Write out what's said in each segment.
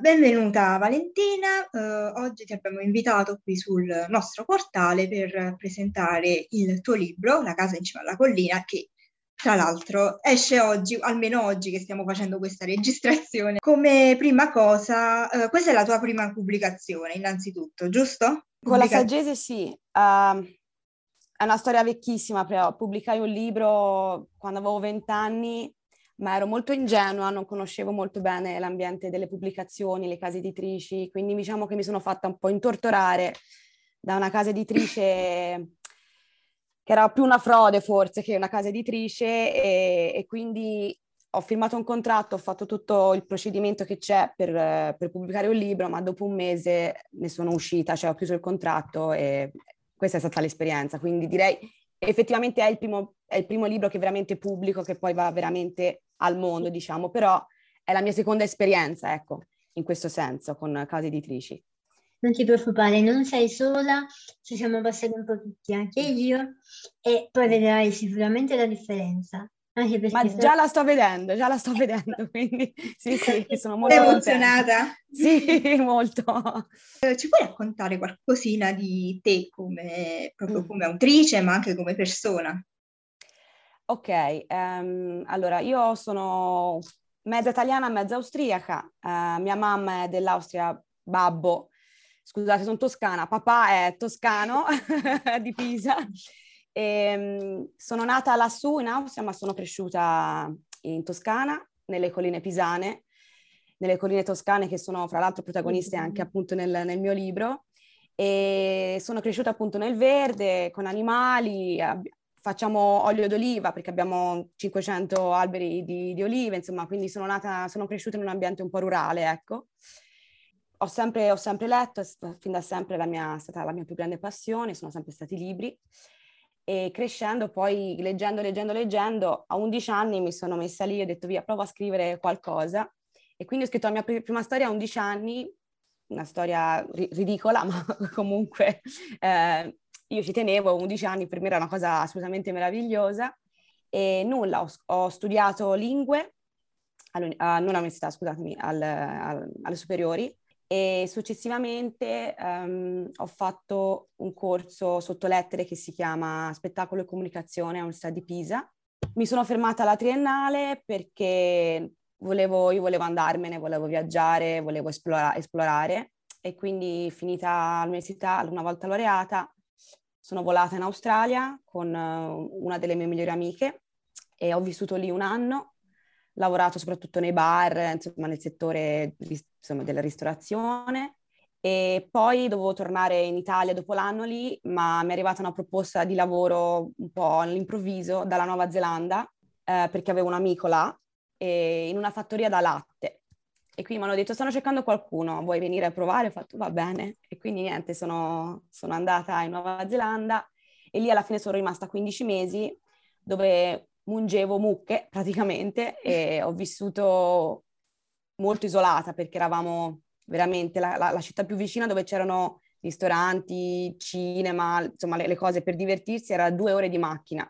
Benvenuta Valentina. Oggi ti abbiamo invitato qui sul nostro portale per presentare il tuo libro, La casa in cima alla collina, che tra l'altro esce oggi, almeno oggi che stiamo facendo questa registrazione. Come prima cosa, questa è la tua prima pubblicazione, innanzitutto, giusto? Con la Saggese sì, è una storia vecchissima, però pubblicai un libro quando avevo 20 anni, ma ero molto ingenua, non conoscevo molto bene l'ambiente delle pubblicazioni, le case editrici, quindi diciamo che mi sono fatta un po' intortorare da una casa editrice che era più una frode forse che una casa editrice e quindi ho firmato un contratto, ho fatto tutto il procedimento che c'è per pubblicare un libro, ma dopo un mese ne sono uscita, cioè ho chiuso il contratto e questa è stata l'esperienza. Quindi direi effettivamente è il primo libro che veramente pubblico, che poi va veramente al mondo, diciamo, però è la mia seconda esperienza, ecco, in questo senso, con case editrici. Non ti preoccupare, non sei sola, ci siamo passati un po' tutti, anche io, e poi vedrai sicuramente la differenza. Anche perché Ma già la sto vedendo, quindi sì, sono molto Sei contenta. emozionata? Sì, molto. Ci puoi raccontare qualcosina di te proprio come autrice, ma anche come persona? Ok, allora io sono mezza italiana, mezza austriaca, mia mamma è dell'Austria, babbo, scusate, sono toscana, papà è toscano di Pisa. Sono nata lassù in Austria, ma sono cresciuta in Toscana, nelle colline pisane, nelle colline toscane che sono fra l'altro protagoniste anche appunto nel mio libro. E sono cresciuta appunto nel verde, con animali, facciamo olio d'oliva perché abbiamo 500 alberi di olive, insomma, quindi sono cresciuta in un ambiente un po' rurale, ecco. Ho sempre letto, fin da sempre è stata la mia più grande passione, sono sempre stati i libri. E crescendo poi, leggendo, a 11 anni mi sono messa lì e ho detto via, provo a scrivere qualcosa. E quindi ho scritto la mia prima storia a 11 anni, una storia ridicola, ma comunque io ci tenevo, 11 anni per me era una cosa assolutamente meravigliosa. E nulla, ho studiato lingue, non all'università, scusatemi, alle superiori, e successivamente ho fatto un corso sotto lettere che si chiama Spettacolo e Comunicazione all'Università di Pisa. Mi sono fermata alla triennale perché io volevo andarmene, volevo viaggiare, volevo esplorare e quindi finita l'università, una volta laureata, sono volata in Australia con una delle mie migliori amiche e ho vissuto lì un anno, lavorato soprattutto nei bar, insomma nel settore insomma, della ristorazione e poi dovevo tornare in Italia dopo l'anno lì, ma mi è arrivata una proposta di lavoro un po' all'improvviso dalla Nuova Zelanda perché avevo un amico là in una fattoria da latte. E quindi mi hanno detto, stanno cercando qualcuno, vuoi venire a provare? Ho fatto, va bene. E quindi niente, sono andata in Nuova Zelanda e lì alla fine sono rimasta 15 mesi dove mungevo mucche praticamente e ho vissuto molto isolata perché eravamo veramente la città più vicina dove c'erano ristoranti, cinema, insomma le cose per divertirsi era 2 ore di macchina.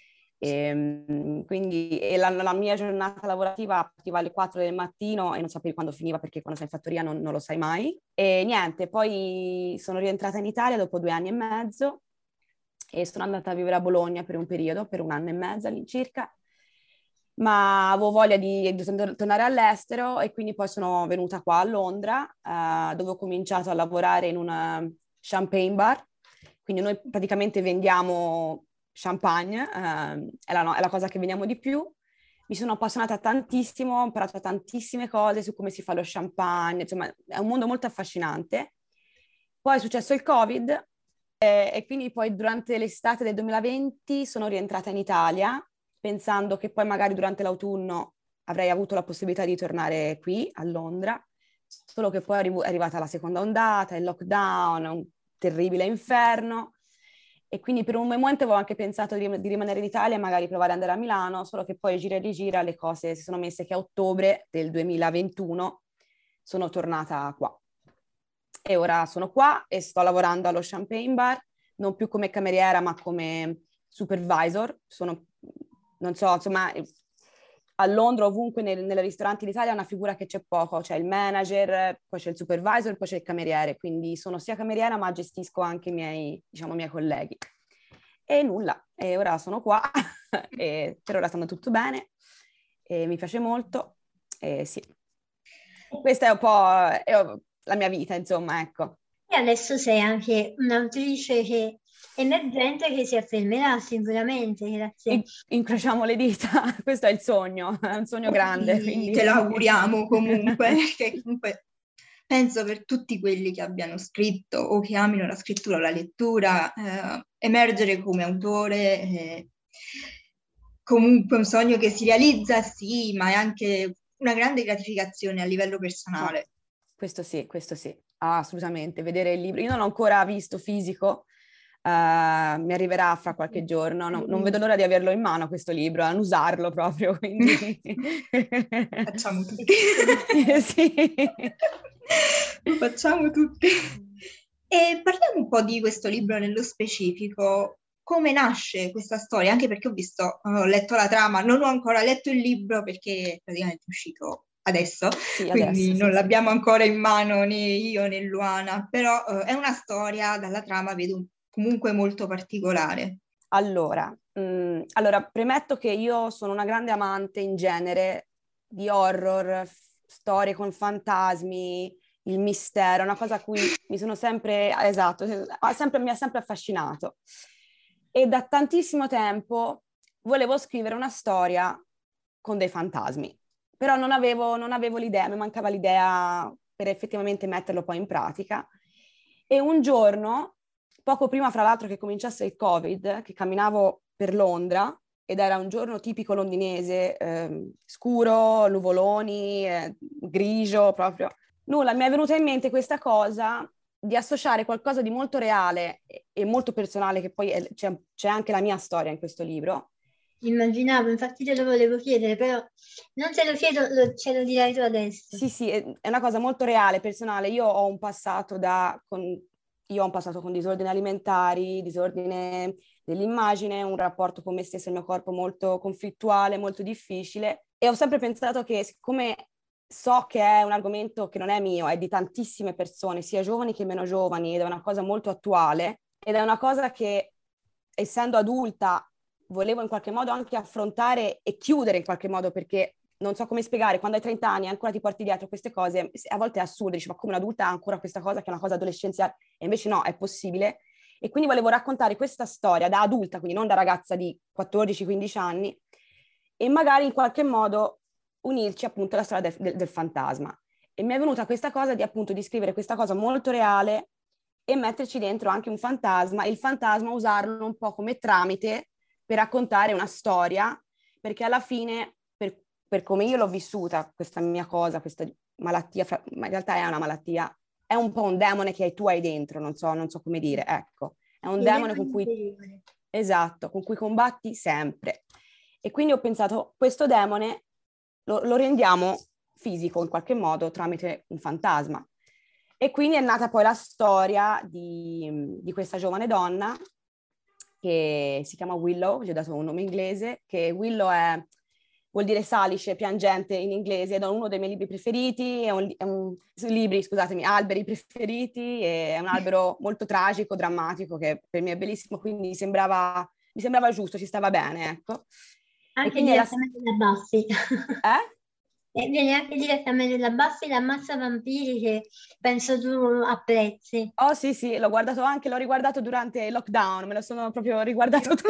Quindi la mia giornata lavorativa partiva alle 4 del mattino e non sapevi quando finiva perché quando sei in fattoria non lo sai mai. E niente, poi sono rientrata in Italia dopo 2 anni e mezzo e sono andata a vivere a Bologna per un periodo, per un anno e mezzo all'incirca, ma avevo voglia di tornare all'estero e quindi poi sono venuta qua a Londra, dove ho cominciato a lavorare in un champagne bar. Quindi noi praticamente vendiamo champagne, è la cosa che vendiamo di più. Mi sono appassionata tantissimo, ho imparato tantissime cose su come si fa lo champagne, insomma è un mondo molto affascinante. Poi è successo il Covid e quindi poi durante l'estate del 2020 sono rientrata in Italia pensando che poi magari durante l'autunno avrei avuto la possibilità di tornare qui a Londra, solo che poi è arrivata la seconda ondata, il lockdown, un terribile inferno e quindi per un momento avevo anche pensato di rimanere in Italia e magari provare ad andare a Milano, solo che poi gira e rigira le cose si sono messe che a ottobre del 2021 sono tornata qua. E ora sono qua e sto lavorando allo Champagne Bar, non più come cameriera ma come supervisor. Non so, insomma, a Londra, ovunque nei ristoranti d'Italia, è una figura che c'è poco, c'è il manager, poi c'è il supervisor, poi c'è il cameriere, quindi sono sia cameriera ma gestisco anche i miei colleghi. E nulla, e ora sono qua, e per ora sta andando tutto bene, e mi piace molto, e sì. Questa è un po' la mia vita, insomma, ecco. E adesso sei anche un'autrice emergente che si affermerà sicuramente, grazie. Incrociamo le dita, questo è il sogno, è un sogno grande. Quindi... Te l'auguriamo comunque, perché comunque penso per tutti quelli che abbiano scritto o che amino la scrittura o la lettura, emergere come autore è comunque un sogno che si realizza, sì, ma è anche una grande gratificazione a livello personale. Questo sì, assolutamente. Vedere il libro, io non l'ho ancora visto fisico, mi arriverà fra qualche giorno, non vedo l'ora di averlo in mano questo libro, a usarlo proprio, quindi... Facciamo tutti. Sì. Lo facciamo tutti. E parliamo un po' di questo libro nello specifico. Come nasce questa storia? Anche perché ho letto la trama, non ho ancora letto il libro perché praticamente è uscito adesso, sì, quindi adesso, non sì. l'abbiamo ancora in mano né io né Luana, però è una storia, dalla trama vedo comunque molto particolare. Allora, premetto che io sono una grande amante in genere di horror, storie con fantasmi, il mistero, una cosa a cui mi sono sempre, esatto, mi ha sempre affascinato. E da tantissimo tempo volevo scrivere una storia con dei fantasmi, però non avevo l'idea, mi mancava l'idea per effettivamente metterlo poi in pratica. E un giorno, poco prima fra l'altro che cominciasse il Covid, che camminavo per Londra, ed era un giorno tipico londinese, scuro, nuvoloni, grigio proprio. Nulla, mi è venuta in mente questa cosa di associare qualcosa di molto reale e molto personale, che poi c'è anche la mia storia in questo libro. Immaginavo, infatti te lo volevo chiedere, però non te lo chiedo, ce lo dirai tu adesso. Sì, è una cosa molto reale, personale. Io ho un passato con disordini alimentari, disordine dell'immagine, un rapporto con me stessa e il mio corpo molto conflittuale, molto difficile, e ho sempre pensato che, siccome so che è un argomento che non è mio, è di tantissime persone, sia giovani che meno giovani, ed è una cosa molto attuale, ed è una cosa che, essendo adulta, volevo in qualche modo anche affrontare e chiudere in qualche modo, perché non so come spiegare, quando hai 30 anni ancora ti porti dietro queste cose, a volte è assurdo, dici ma come un'adulta ha ancora questa cosa che è una cosa adolescenziale, e invece no, è possibile. E quindi volevo raccontare questa storia da adulta, quindi non da ragazza di 14-15 anni, e magari in qualche modo unirci appunto alla storia del fantasma. E mi è venuta questa cosa di scrivere questa cosa molto reale e metterci dentro anche un fantasma, e il fantasma usarlo un po' come tramite per raccontare una storia, perché alla fine, per come io l'ho vissuta, questa mia cosa, questa malattia, ma in realtà è una malattia, è un po' un demone che tu hai dentro, non so come dire, ecco. È un demone con cui, esatto, con cui combatti sempre. E quindi ho pensato, questo demone lo rendiamo fisico in qualche modo tramite un fantasma. E quindi è nata poi la storia di questa giovane donna che si chiama Willow, gli ho dato un nome inglese, che Willow vuol dire salice, piangente in inglese, ed è uno dei miei libri preferiti, alberi preferiti, è un albero molto tragico, drammatico, che per me è bellissimo, quindi mi sembrava giusto, ci stava bene, ecco. Anche direttamente da Buffy. E viene anche direttamente da Buffy, l'Ammazza Vampiri, che penso tu apprezzi. Oh sì, l'ho riguardato durante il lockdown, me lo sono proprio riguardato tutto.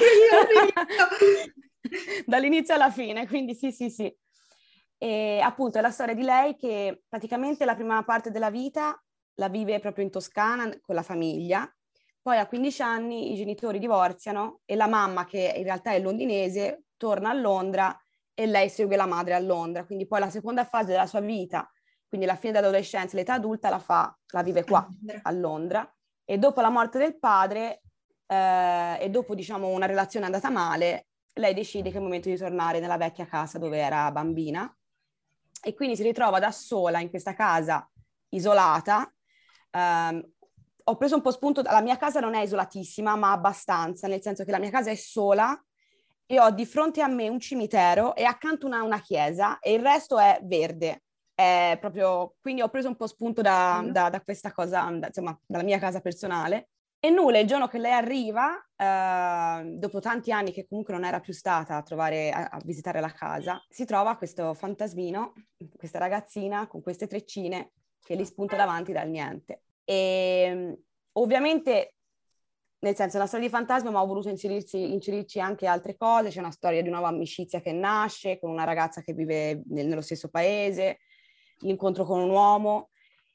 Dall'inizio alla fine, quindi sì. E appunto è la storia di lei che praticamente la prima parte della vita la vive proprio in Toscana con la famiglia, poi a 15 anni i genitori divorziano e la mamma, che in realtà è londinese, torna a Londra e lei segue la madre a Londra, quindi poi la seconda fase della sua vita, quindi la fine dell'adolescenza, l'età adulta, la vive qua a Londra, e dopo la morte del padre e dopo diciamo una relazione andata male, lei decide che è il momento di tornare nella vecchia casa dove era bambina, e quindi si ritrova da sola in questa casa isolata. Ho preso un po' spunto, la mia casa non è isolatissima, ma abbastanza, nel senso che la mia casa è sola io ho di fronte a me un cimitero e accanto una chiesa e il resto è verde. È proprio, quindi ho preso un po' spunto da questa cosa, insomma, dalla mia casa personale. E nulla, il giorno che lei arriva, dopo tanti anni che comunque non era più stata a visitare la casa, si trova questo fantasmino, questa ragazzina con queste treccine che gli spunta davanti dal niente. E ovviamente, nel senso, è una storia di fantasma, ma ho voluto inserirci anche altre cose. C'è una storia di una nuova amicizia che nasce con una ragazza che vive nello stesso paese, l'incontro con un uomo.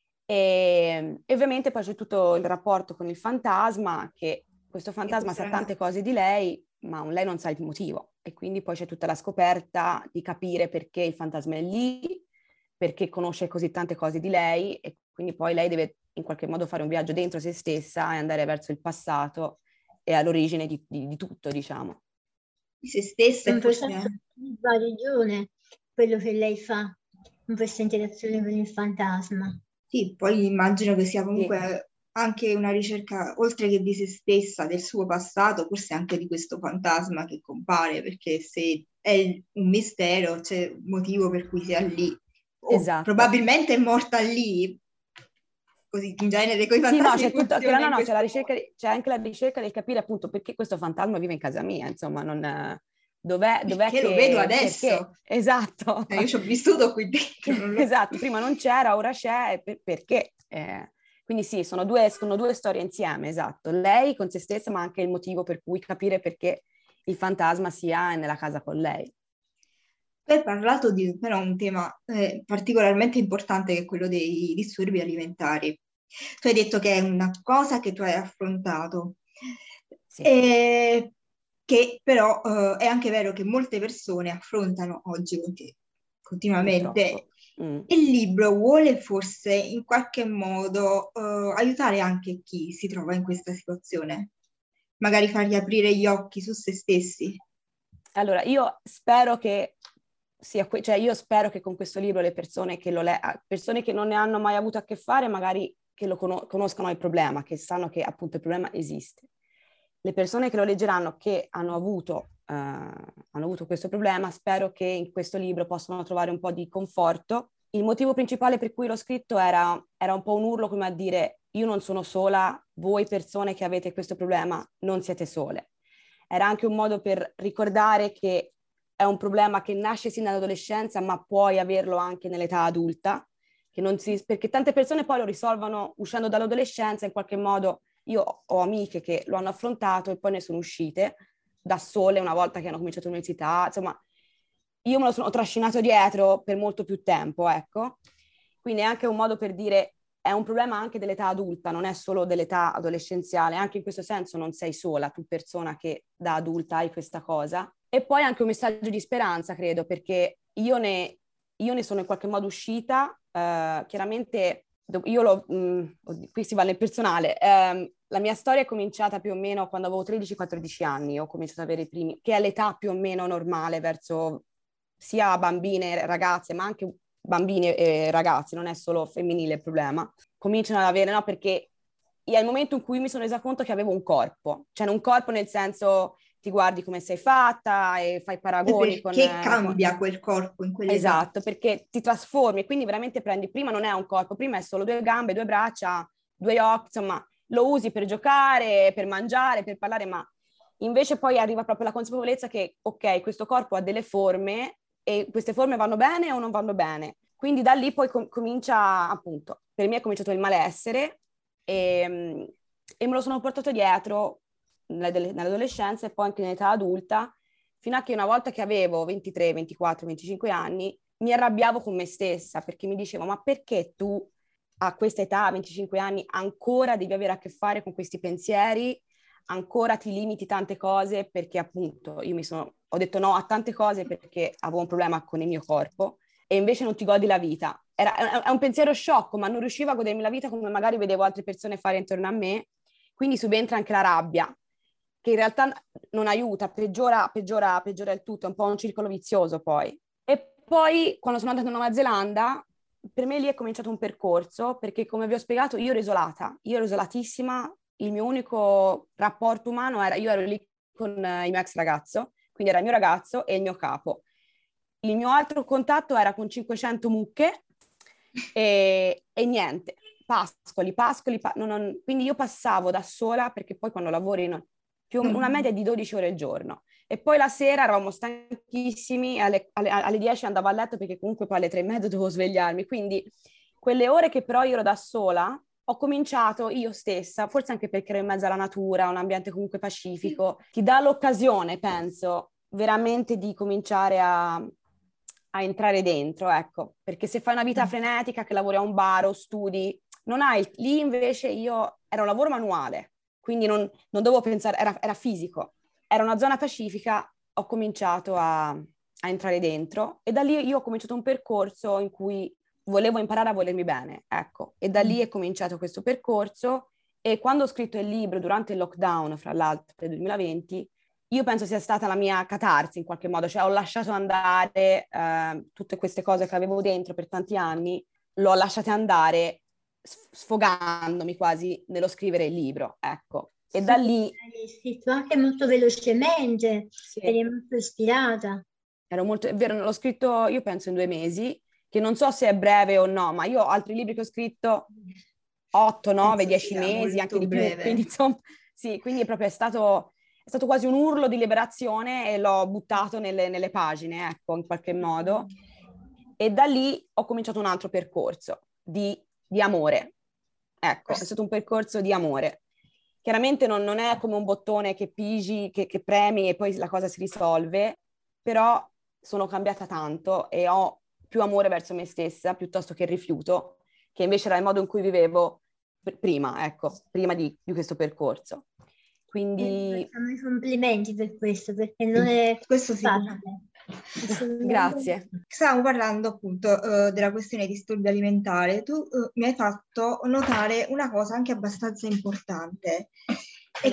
E ovviamente poi c'è tutto il rapporto con il fantasma, che questo fantasma sa tante cose di lei, ma lei non sa il motivo. E quindi poi c'è tutta la scoperta di capire perché il fantasma è lì, perché conosce così tante cose di lei, e quindi poi lei deve in qualche modo fare un viaggio dentro se stessa e andare verso il passato e all'origine di tutto, diciamo. Di se stessa. Un processo di guarigione, quello che lei fa in questa interazione con il fantasma. Sì, poi immagino che sia comunque anche una ricerca, oltre che di se stessa, del suo passato, forse anche di questo fantasma che compare, perché se è un mistero c'è un motivo per cui sia lì. Esatto. Probabilmente è morta lì, così in genere con i fantasmi c'è tutto, c'è anche la ricerca del capire appunto perché questo fantasma vive in casa mia, insomma, dov'è perché che... lo vedo adesso. Perché? Esatto. Io ci ho vissuto qui dentro. Esatto, prima non c'era, ora c'è, perché? Quindi sì, sono due storie insieme, esatto. Lei con se stessa, ma anche il motivo per cui capire perché il fantasma sia nella casa con lei. Tu hai parlato di però un tema particolarmente importante che è quello dei disturbi alimentari. Tu hai detto che è una cosa che tu hai affrontato, Sì. che però è anche vero che molte persone affrontano oggi continuamente. Il libro vuole forse in qualche modo aiutare anche chi si trova in questa situazione, magari fargli aprire gli occhi su se stessi. Allora, io spero che io spero che con questo libro le persone che persone che non ne hanno mai avuto a che fare, magari che lo conoscano il problema, che sanno che appunto il problema esiste. Le persone che lo leggeranno che hanno avuto questo problema, spero che in questo libro possano trovare un po' di conforto. Il motivo principale per cui l'ho scritto era un po' un urlo come a dire: io non sono sola, voi persone che avete questo problema non siete sole. Era anche un modo per ricordare che è un problema che nasce sin dall'adolescenza, ma puoi averlo anche nell'età adulta, perché tante persone poi lo risolvono uscendo dall'adolescenza in qualche modo. Io ho amiche che lo hanno affrontato e poi ne sono uscite da sole una volta che hanno cominciato l'università, insomma, io me lo sono trascinato dietro per molto più tempo, ecco. Quindi è anche un modo per dire: è un problema anche dell'età adulta, non è solo dell'età adolescenziale, anche in questo senso non sei sola, tu persona che da adulta hai questa cosa. E poi anche un messaggio di speranza, credo, perché io ne sono in qualche modo uscita, chiaramente qui si va nel personale, la mia storia è cominciata più o meno quando avevo 13-14 anni, ho cominciato ad avere i primi, che è l'età più o meno normale verso sia bambine e ragazze, ma anche bambini e ragazzi, non è solo femminile il problema, cominciano ad avere, no? Perché è il momento in cui mi sono resa conto che avevo un corpo, cioè un corpo nel senso ti guardi come sei fatta e fai paragoni con... Perché cambia quel corpo in quell'età. Esatto, perché ti trasformi e quindi veramente prendi, prima non è un corpo, prima è solo 2 gambe, 2 braccia, 2 occhi, insomma, lo usi per giocare, per mangiare, per parlare, ma invece poi arriva proprio la consapevolezza che, ok, questo corpo ha delle forme e queste forme vanno bene o non vanno bene. Quindi da lì poi comincia, appunto, per me è cominciato il malessere e me lo sono portato dietro nell'adolescenza e poi anche in età adulta, fino a che una volta che avevo 23, 24, 25 anni, mi arrabbiavo con me stessa perché mi dicevo: ma perché tu a questa età, a 25 anni, ancora devi avere a che fare con questi pensieri, ancora ti limiti tante cose, perché appunto ho detto no a tante cose perché avevo un problema con il mio corpo e invece non ti godi la vita. È un pensiero sciocco, ma non riuscivo a godermi la vita come magari vedevo altre persone fare intorno a me, quindi subentra anche la rabbia, che in realtà non aiuta, peggiora il tutto, è un po' un circolo vizioso poi. E poi quando sono andata in Nuova Zelanda, per me lì è cominciato un percorso, perché come vi ho spiegato io ero isolatissima, il mio unico rapporto umano io ero lì con il mio ex ragazzo, quindi era il mio ragazzo e il mio capo. Il mio altro contatto era con 500 mucche e niente, pascoli, quindi io passavo da sola, perché poi quando lavori una media di 12 ore al giorno. E poi la sera eravamo stanchissimi, alle 10 andavo a letto perché comunque poi alle 3:30 dovevo svegliarmi. Quindi quelle ore che però io ero da sola, ho cominciato io stessa, forse anche perché ero in mezzo alla natura, un ambiente comunque pacifico, ti dà l'occasione, penso, veramente di cominciare a entrare dentro, ecco. Perché se fai una vita frenetica, che lavori a un bar o studi, non hai... Lì invece era un lavoro manuale, quindi non dovevo pensare, era fisico. Era una zona pacifica, ho cominciato a entrare dentro e da lì io ho cominciato un percorso in cui volevo imparare a volermi bene, ecco. E da lì è cominciato questo percorso e quando ho scritto il libro durante il lockdown, fra l'altro, del 2020, io penso sia stata la mia catarsi in qualche modo, cioè ho lasciato andare tutte queste cose che avevo dentro per tanti anni, l'ho lasciate andare sfogandomi quasi nello scrivere il libro, ecco. E da lì... Hai scritto anche molto velocemente, Sì. eri molto ispirata. È vero, l'ho scritto io penso in 2 mesi, che non so se è breve o no, ma io ho altri libri che ho scritto 8, 9, 10 mesi, anche di più, quindi insomma, sì, quindi è stato quasi un urlo di liberazione e l'ho buttato nelle pagine, ecco, in qualche modo. E da lì ho cominciato un altro percorso di amore, ecco, è stato un percorso di amore. Chiaramente non è come un bottone che pigi, che premi e poi la cosa si risolve, però sono cambiata tanto e ho più amore verso me stessa piuttosto che il rifiuto, che invece era il modo in cui vivevo prima, ecco, prima di questo percorso. Quindi... Facciamo i complimenti per questo, perché non è questo facile. Grazie. Stavamo parlando appunto della questione di disturbi alimentare. Tu mi hai fatto notare una cosa anche abbastanza importante e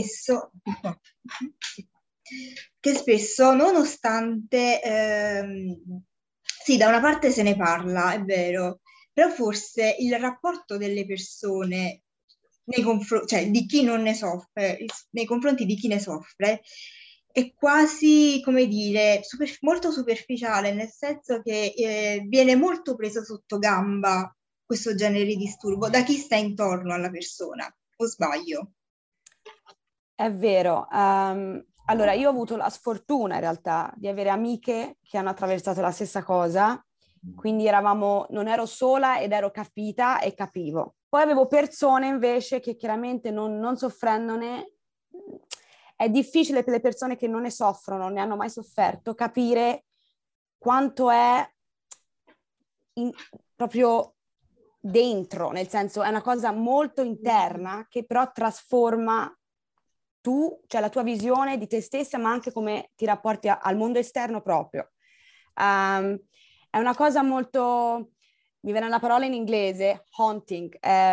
che spesso nonostante sì, da una parte se ne parla, è vero, però forse il rapporto delle persone cioè di chi non ne soffre, nei confronti di chi ne soffre, è quasi, come dire, molto superficiale, nel senso che viene molto preso sotto gamba questo genere di disturbo da chi sta intorno alla persona, o sbaglio? È vero. Allora, io ho avuto la sfortuna in realtà di avere amiche che hanno attraversato la stessa cosa, quindi non ero sola ed ero capita e capivo. Poi avevo persone invece che chiaramente non soffrendone, è difficile per le persone che non ne soffrono, non ne hanno mai sofferto, capire quanto è proprio dentro, nel senso è una cosa molto interna che però trasforma cioè la tua visione di te stessa, ma anche come ti rapporti al mondo esterno proprio. È una cosa molto, mi viene la parola in inglese, haunting.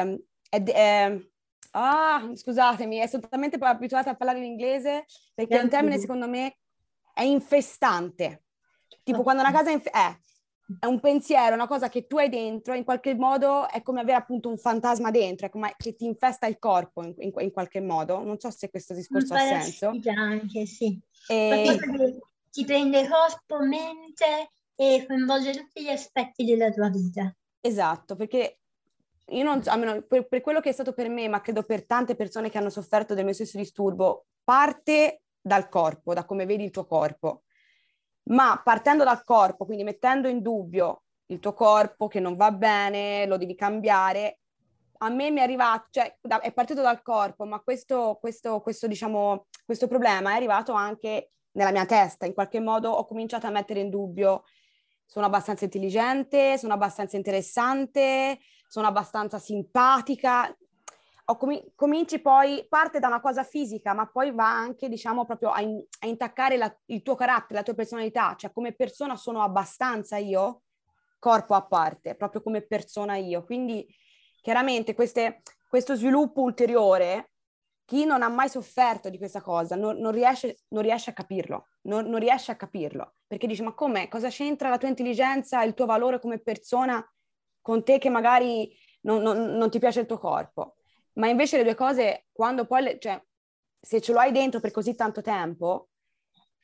Scusatemi, sono talmente abituata a parlare in inglese perché è un termine secondo me è infestante. Tipo quando una casa è un pensiero, una cosa che tu hai dentro, in qualche modo è come avere appunto un fantasma dentro, è come che ti infesta il corpo in qualche modo. Non so se questo discorso ha senso. Anche, sì. Qualcosa che ti prende corpo, mente e coinvolge tutti gli aspetti della tua vita. Esatto, perché io non so, almeno per quello che è stato per me, ma credo per tante persone che hanno sofferto del mio stesso disturbo, parte dal corpo, da come vedi il tuo corpo. Ma partendo dal corpo, quindi mettendo in dubbio il tuo corpo che non va bene, lo devi cambiare, a me mi è arrivato, cioè è partito dal corpo, ma questo problema è arrivato anche nella mia testa. In qualche modo ho cominciato a mettere in dubbio: sono abbastanza intelligente, sono abbastanza interessante, sono abbastanza simpatica. Cominci poi, parte da una cosa fisica, ma poi va anche, diciamo, proprio a intaccare il tuo carattere, la tua personalità, cioè come persona sono abbastanza io, corpo a parte, proprio come persona io. Quindi chiaramente questo sviluppo ulteriore, chi non ha mai sofferto di questa cosa non riesce a capirlo, non riesce a capirlo, perché dice: ma com'è? Cosa c'entra la tua intelligenza, il tuo valore come persona con te che magari non ti piace il tuo corpo? Ma invece le due cose, quando poi, cioè, se ce lo hai dentro per così tanto tempo,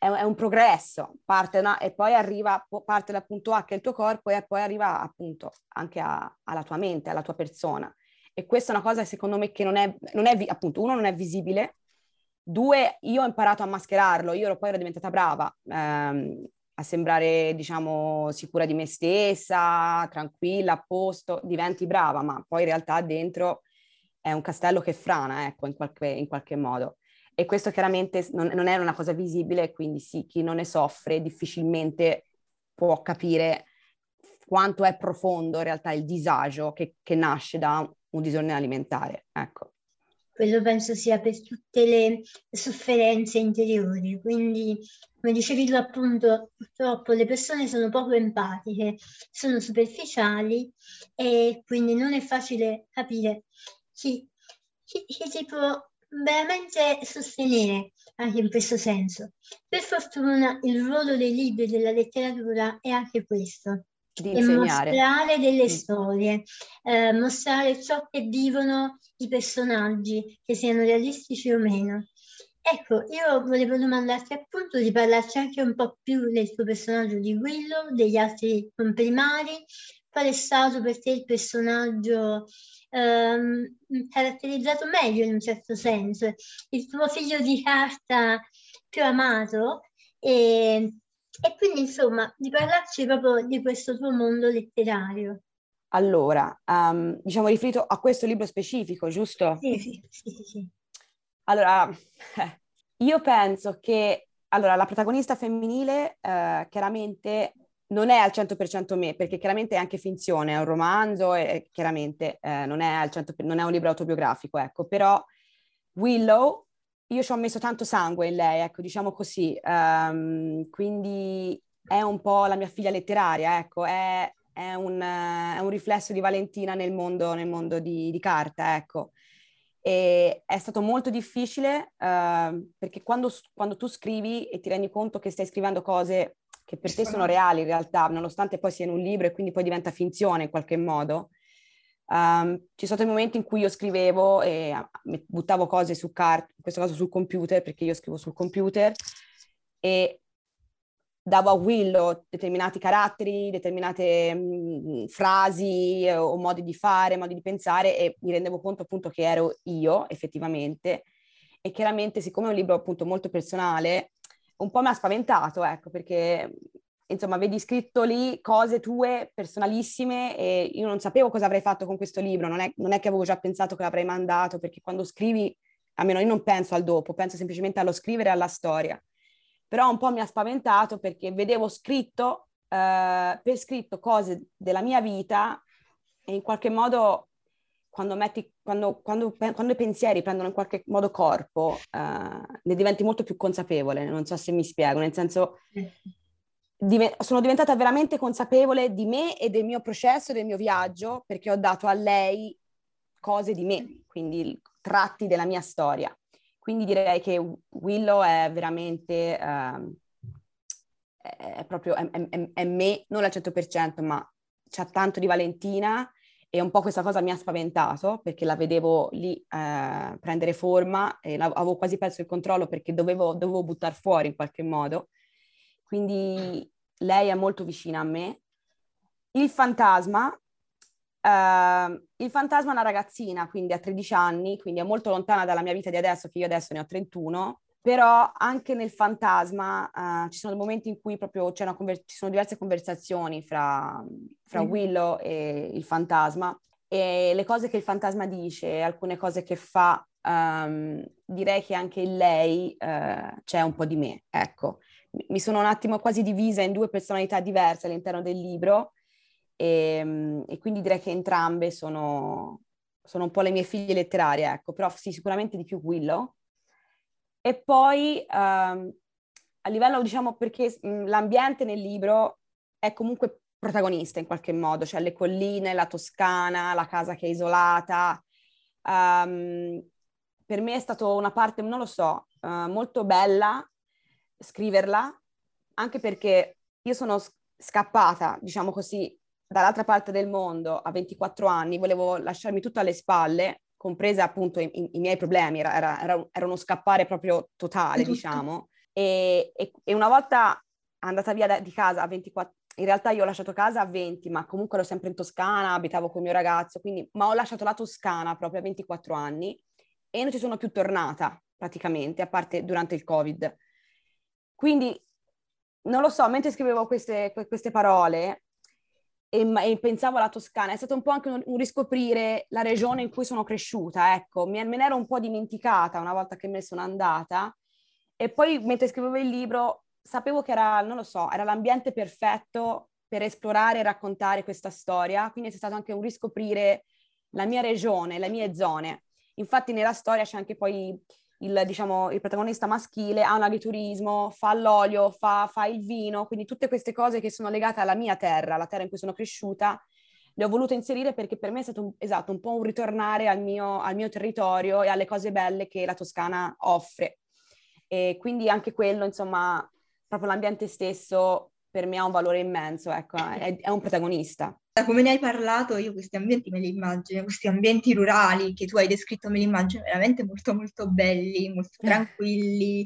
è un progresso, e poi parte dal punto A che è il tuo corpo e poi arriva appunto anche alla tua mente, alla tua persona. E questa è una cosa secondo me che appunto, uno non è visibile, due, io ho imparato a mascherarlo, poi ero diventata brava a sembrare, diciamo, sicura di me stessa, tranquilla, a posto, diventi brava, ma poi in realtà dentro è un castello che frana, ecco, in qualche modo. E questo chiaramente non è una cosa visibile, quindi sì, chi non ne soffre difficilmente può capire quanto è profondo in realtà il disagio che nasce da un disordine alimentare, ecco. Quello penso sia per tutte le sofferenze interiori, quindi come dicevi tu appunto, purtroppo le persone sono poco empatiche, sono superficiali e quindi non è facile capire chi ti può veramente sostenere anche in questo senso. Per fortuna il ruolo dei libri e della letteratura è anche questo, di e insegnare. mostrare delle storie, mostrare ciò che vivono i personaggi, che siano realistici o meno. Ecco, io volevo domandarti appunto di parlarci anche un po' più del tuo personaggio di Willow, degli altri comprimari, qual è stato per te il personaggio caratterizzato meglio in un certo senso, il tuo figlio di carta più amato e quindi insomma di parlarci proprio di questo tuo mondo letterario. Allora, diciamo riferito a questo libro specifico, giusto? Sì. Allora, io penso che la protagonista femminile chiaramente non è al 100% me, perché chiaramente è anche finzione, è un romanzo e chiaramente non è al 100%, non è un libro autobiografico, ecco, però Willow, io ci ho messo tanto sangue in lei, ecco, diciamo così, quindi è un po' la mia figlia letteraria, ecco, è un riflesso di Valentina nel mondo di carta, ecco. E è stato molto difficile perché quando tu scrivi e ti rendi conto che stai scrivendo cose che per te sono reali in realtà, nonostante poi sia in un libro e quindi poi diventa finzione in qualche modo, ci sono stati momenti in cui io scrivevo e buttavo cose su carta, in questo caso sul computer, perché io scrivo sul computer, e davo a Willow determinati caratteri, determinate frasi o modi di fare, modi di pensare e mi rendevo conto appunto che ero io effettivamente e chiaramente siccome è un libro appunto molto personale un po' mi ha spaventato, ecco, perché insomma vedi scritto lì cose tue personalissime e io non sapevo cosa avrei fatto con questo libro, non è che avevo già pensato che l'avrei mandato, perché quando scrivi, almeno io non penso al dopo, penso semplicemente allo scrivere e alla storia. Però un po' mi ha spaventato perché vedevo per scritto cose della mia vita e in qualche modo quando i pensieri prendono in qualche modo corpo, ne diventi molto più consapevole, non so se mi spiego, nel senso sono diventata veramente consapevole di me e del mio processo, del mio viaggio, perché ho dato a lei cose di me, quindi tratti della mia storia. Quindi direi che Willow è veramente, è proprio, è me, non al 100%, ma c'ha tanto di Valentina e un po' questa cosa mi ha spaventato perché la vedevo lì prendere forma e avevo quasi perso il controllo perché dovevo buttar fuori in qualche modo. Quindi lei è molto vicina a me. Il fantasma è una ragazzina, quindi ha 13 anni, quindi è molto lontana dalla mia vita di adesso, che io adesso ne ho 31, però anche nel fantasma ci sono momenti in cui proprio ci sono diverse conversazioni fra Willow e il fantasma e le cose che il fantasma dice, alcune cose che fa, direi che anche in lei c'è un po' di me, ecco. Mi sono un attimo quasi divisa in due personalità diverse all'interno del libro e quindi direi che entrambe sono un po' le mie figlie letterarie, ecco, però sì, sicuramente di più Willow. E poi a livello, diciamo, perché l'ambiente nel libro è comunque protagonista in qualche modo, cioè le colline, la Toscana, la casa che è isolata. Per me è stato una parte, non lo so, molto bella scriverla, anche perché io sono scappata, diciamo così, dall'altra parte del mondo a 24 anni, volevo lasciarmi tutto alle spalle, comprese appunto i miei problemi, era uno scappare proprio totale, diciamo. E una volta andata via di casa a 24, in realtà io ho lasciato casa a 20, ma comunque ero sempre in Toscana, abitavo con il mio ragazzo, quindi, ma ho lasciato la Toscana proprio a 24 anni e non ci sono più tornata praticamente, a parte durante il Covid. Quindi, non lo so, mentre scrivevo queste parole e pensavo alla Toscana, è stato un po' anche un riscoprire la regione in cui sono cresciuta, ecco, me ne ero un po' dimenticata una volta che me ne sono andata e poi mentre scrivevo il libro sapevo che era, non lo so, era l'ambiente perfetto per esplorare e raccontare questa storia, quindi è stato anche un riscoprire la mia regione, le mie zone. Infatti nella storia c'è anche poi diciamo, il protagonista maschile ha un agriturismo, fa l'olio, fa il vino, quindi tutte queste cose che sono legate alla mia terra, la terra in cui sono cresciuta, le ho volute inserire perché per me è stato esatto, un po' un ritornare al mio territorio e alle cose belle che la Toscana offre. E quindi anche quello, insomma, proprio l'ambiente stesso per me ha un valore immenso, ecco, è un protagonista. Da come ne hai parlato, io questi ambienti me li immagino, questi ambienti rurali che tu hai descritto me li immagino veramente molto molto belli, molto tranquilli.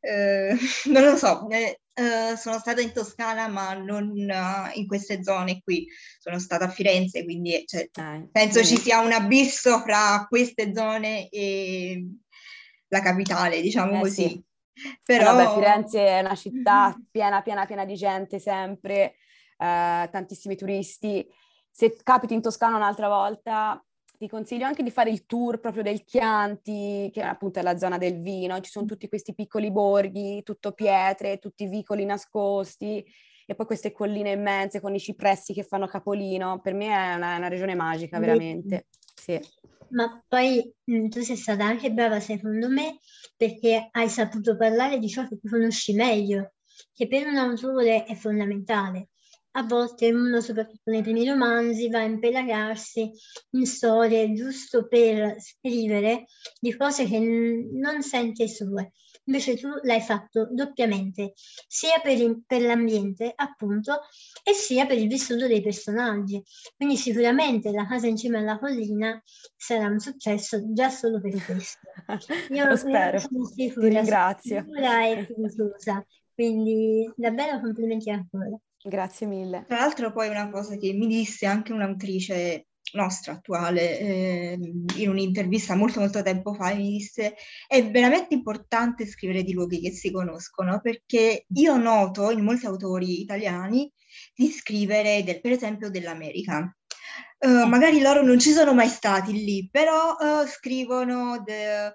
Non lo so, sono stata in Toscana ma non in queste zone qui, sono stata a Firenze, quindi cioè, penso ci sia un abisso fra queste zone e la capitale, diciamo così. Sì. Però... Vabbè, Firenze è una città piena di gente sempre, tantissimi turisti. Se capiti in Toscana un'altra volta, ti consiglio anche di fare il tour proprio del Chianti, che appunto è la zona del vino. Ci sono tutti questi piccoli borghi, tutto pietre, tutti vicoli nascosti, e poi queste colline immense con i cipressi che fanno capolino. Per me è una regione magica, veramente. Sì. Ma poi tu sei stata anche brava, secondo me, perché hai saputo parlare di ciò che tu conosci meglio, che per un autore è fondamentale. A volte uno, soprattutto nei primi romanzi, va a impelagarsi in storie giusto per scrivere di cose che non sente sue. Invece tu l'hai fatto doppiamente, sia per l'ambiente, appunto, e sia per il vissuto dei personaggi. Quindi sicuramente La casa in cima alla collina sarà un successo già solo per questo. Lo spero. Sono Ti ringrazio. sicura e fiduciosa, quindi davvero complimenti ancora. Grazie mille. Tra l'altro poi una cosa che mi disse anche un'autrice nostra attuale in un'intervista molto molto tempo fa, mi disse è veramente importante scrivere di luoghi che si conoscono, perché io noto in molti autori italiani di scrivere per esempio dell'America. Magari loro non ci sono mai stati lì, però scrivono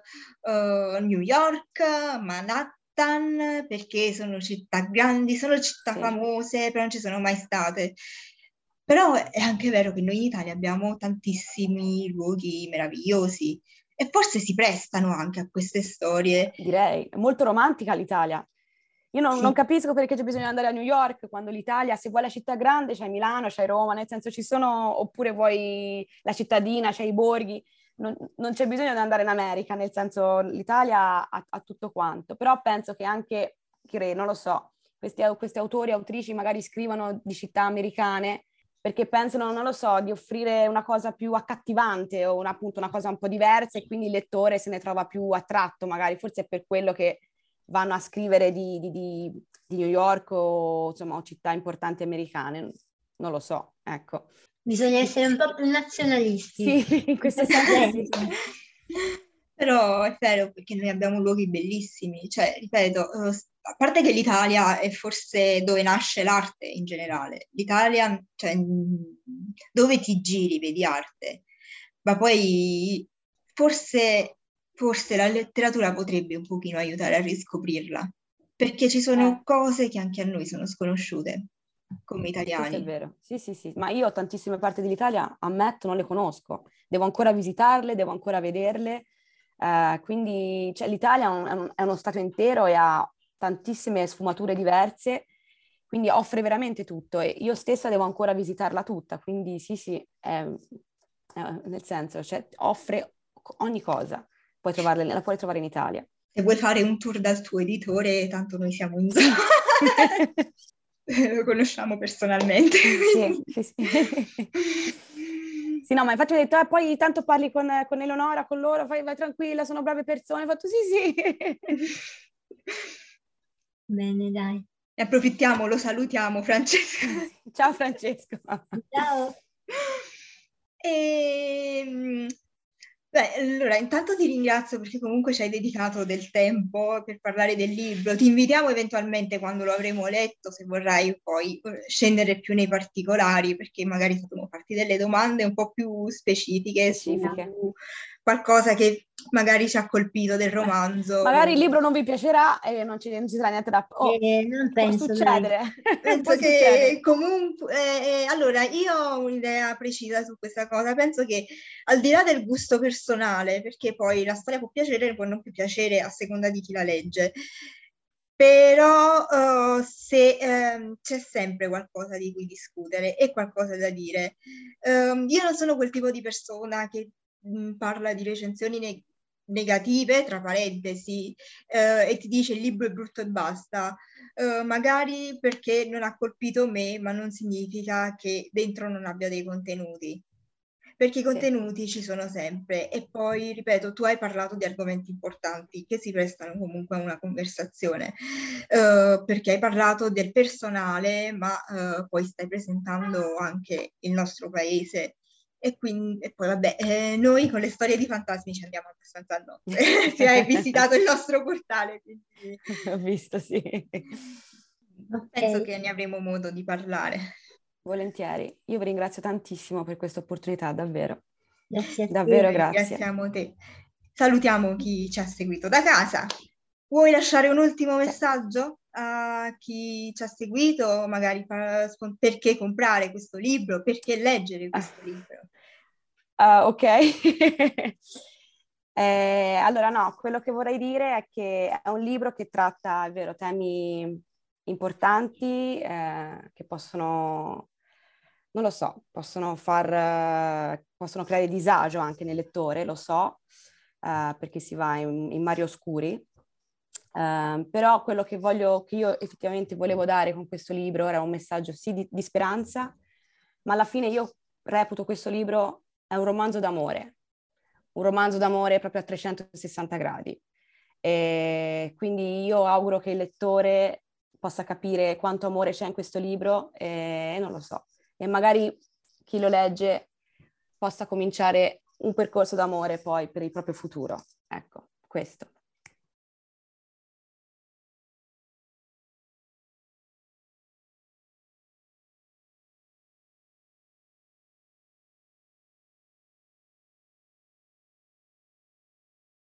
New York, Manhattan, perché sono città grandi, sono città famose, però non ci sono mai state. Però è anche vero che noi in Italia abbiamo tantissimi luoghi meravigliosi e forse si prestano anche a queste storie. Direi, è molto romantica l'Italia. Io non capisco perché c'è bisogno di andare a New York, quando l'Italia, se vuoi la città grande, c'hai Milano, c'hai Roma, nel senso ci sono, oppure vuoi la cittadina, c'hai i borghi, non c'è bisogno di andare in America, nel senso l'Italia ha tutto quanto. Però penso che anche, non lo so, questi autori e autrici magari scrivono di città americane perché pensano, non lo so, di offrire una cosa più accattivante o appunto una cosa un po' diversa e quindi il lettore se ne trova più attratto, magari forse è per quello che vanno a scrivere di New York o insomma o città importanti americane, non lo so, ecco. Bisogna essere un po' più nazionalisti. Sì, in questo senso sì. Però è vero perché noi abbiamo luoghi bellissimi, cioè ripeto, a parte che l'Italia è forse dove nasce l'arte in generale, l'Italia, cioè, dove ti giri vedi arte, ma poi forse la letteratura potrebbe un pochino aiutare a riscoprirla, perché ci sono cose che anche a noi sono sconosciute come italiani. Questo è vero, sì, ma io tantissime parti dell'Italia, ammetto, non le conosco, devo ancora visitarle, devo ancora vederle, quindi cioè, l'Italia è uno stato intero e ha tantissime sfumature diverse, quindi offre veramente tutto e io stessa devo ancora visitarla tutta, quindi sì, nel senso, cioè, offre ogni cosa, la puoi trovare in Italia. Se vuoi fare un tour dal tuo editore, tanto noi siamo in zona. Lo conosciamo personalmente. Sì. Sì, no, ma infatti ho detto, poi tanto parli con Eleonora, con loro, vai tranquilla, sono brave persone. Ho fatto sì. Bene, dai. Ne approfittiamo, lo salutiamo, Francesco. Ciao Francesco. Ciao. Beh, allora, intanto ti ringrazio perché comunque ci hai dedicato del tempo per parlare del libro. Ti invitiamo eventualmente quando lo avremo letto, se vorrai poi scendere più nei particolari, perché magari potremo farti delle domande un po' più specifiche su Specifiche. qualcosa che magari ci ha colpito del romanzo. Magari il libro non vi piacerà e non ci sarà niente da... Oh, Non può penso, dai. succedere. Penso Può che succedere. comunque, allora io ho un'idea precisa su questa cosa, penso che al di là del gusto personale, perché poi la storia può piacere e può non più piacere a seconda di chi la legge, però se c'è sempre qualcosa di cui discutere e qualcosa da dire. Io non sono quel tipo di persona che parla di recensioni negative, tra parentesi, e ti dice il libro è brutto e basta. Magari perché non ha colpito me, ma non significa che dentro non abbia dei contenuti. Perché i Sì. contenuti ci sono sempre e poi, ripeto, tu hai parlato di argomenti importanti che si prestano comunque a una conversazione, perché hai parlato del personale, ma poi stai presentando anche il nostro paese. E, quindi, e poi vabbè, noi con le storie di fantasmi ci andiamo abbastanza a notte. Se hai visitato il nostro portale, quindi Ho visto, sì. penso Ok, che ne avremo modo di parlare. Volentieri. Io vi ringrazio tantissimo per questa opportunità, davvero. grazie a te. Davvero grazie. Ringraziamo te. Salutiamo chi ci ha seguito da casa. Vuoi lasciare un ultimo Cioè, messaggio a chi ci ha seguito, magari perché comprare questo libro, perché leggere questo libro? Ok. Allora no, quello che vorrei dire è che è un libro che tratta, è vero, temi importanti che possono, non lo so, possono creare disagio anche nel lettore, lo so, perché si va in mari oscuri. Però quello che io effettivamente volevo dare con questo libro era un messaggio sì di speranza, ma alla fine io reputo questo libro è un romanzo d'amore proprio a 360 gradi. E quindi io auguro che il lettore possa capire quanto amore c'è in questo libro e non lo so. E magari chi lo legge possa cominciare un percorso d'amore poi per il proprio futuro. Ecco, questo.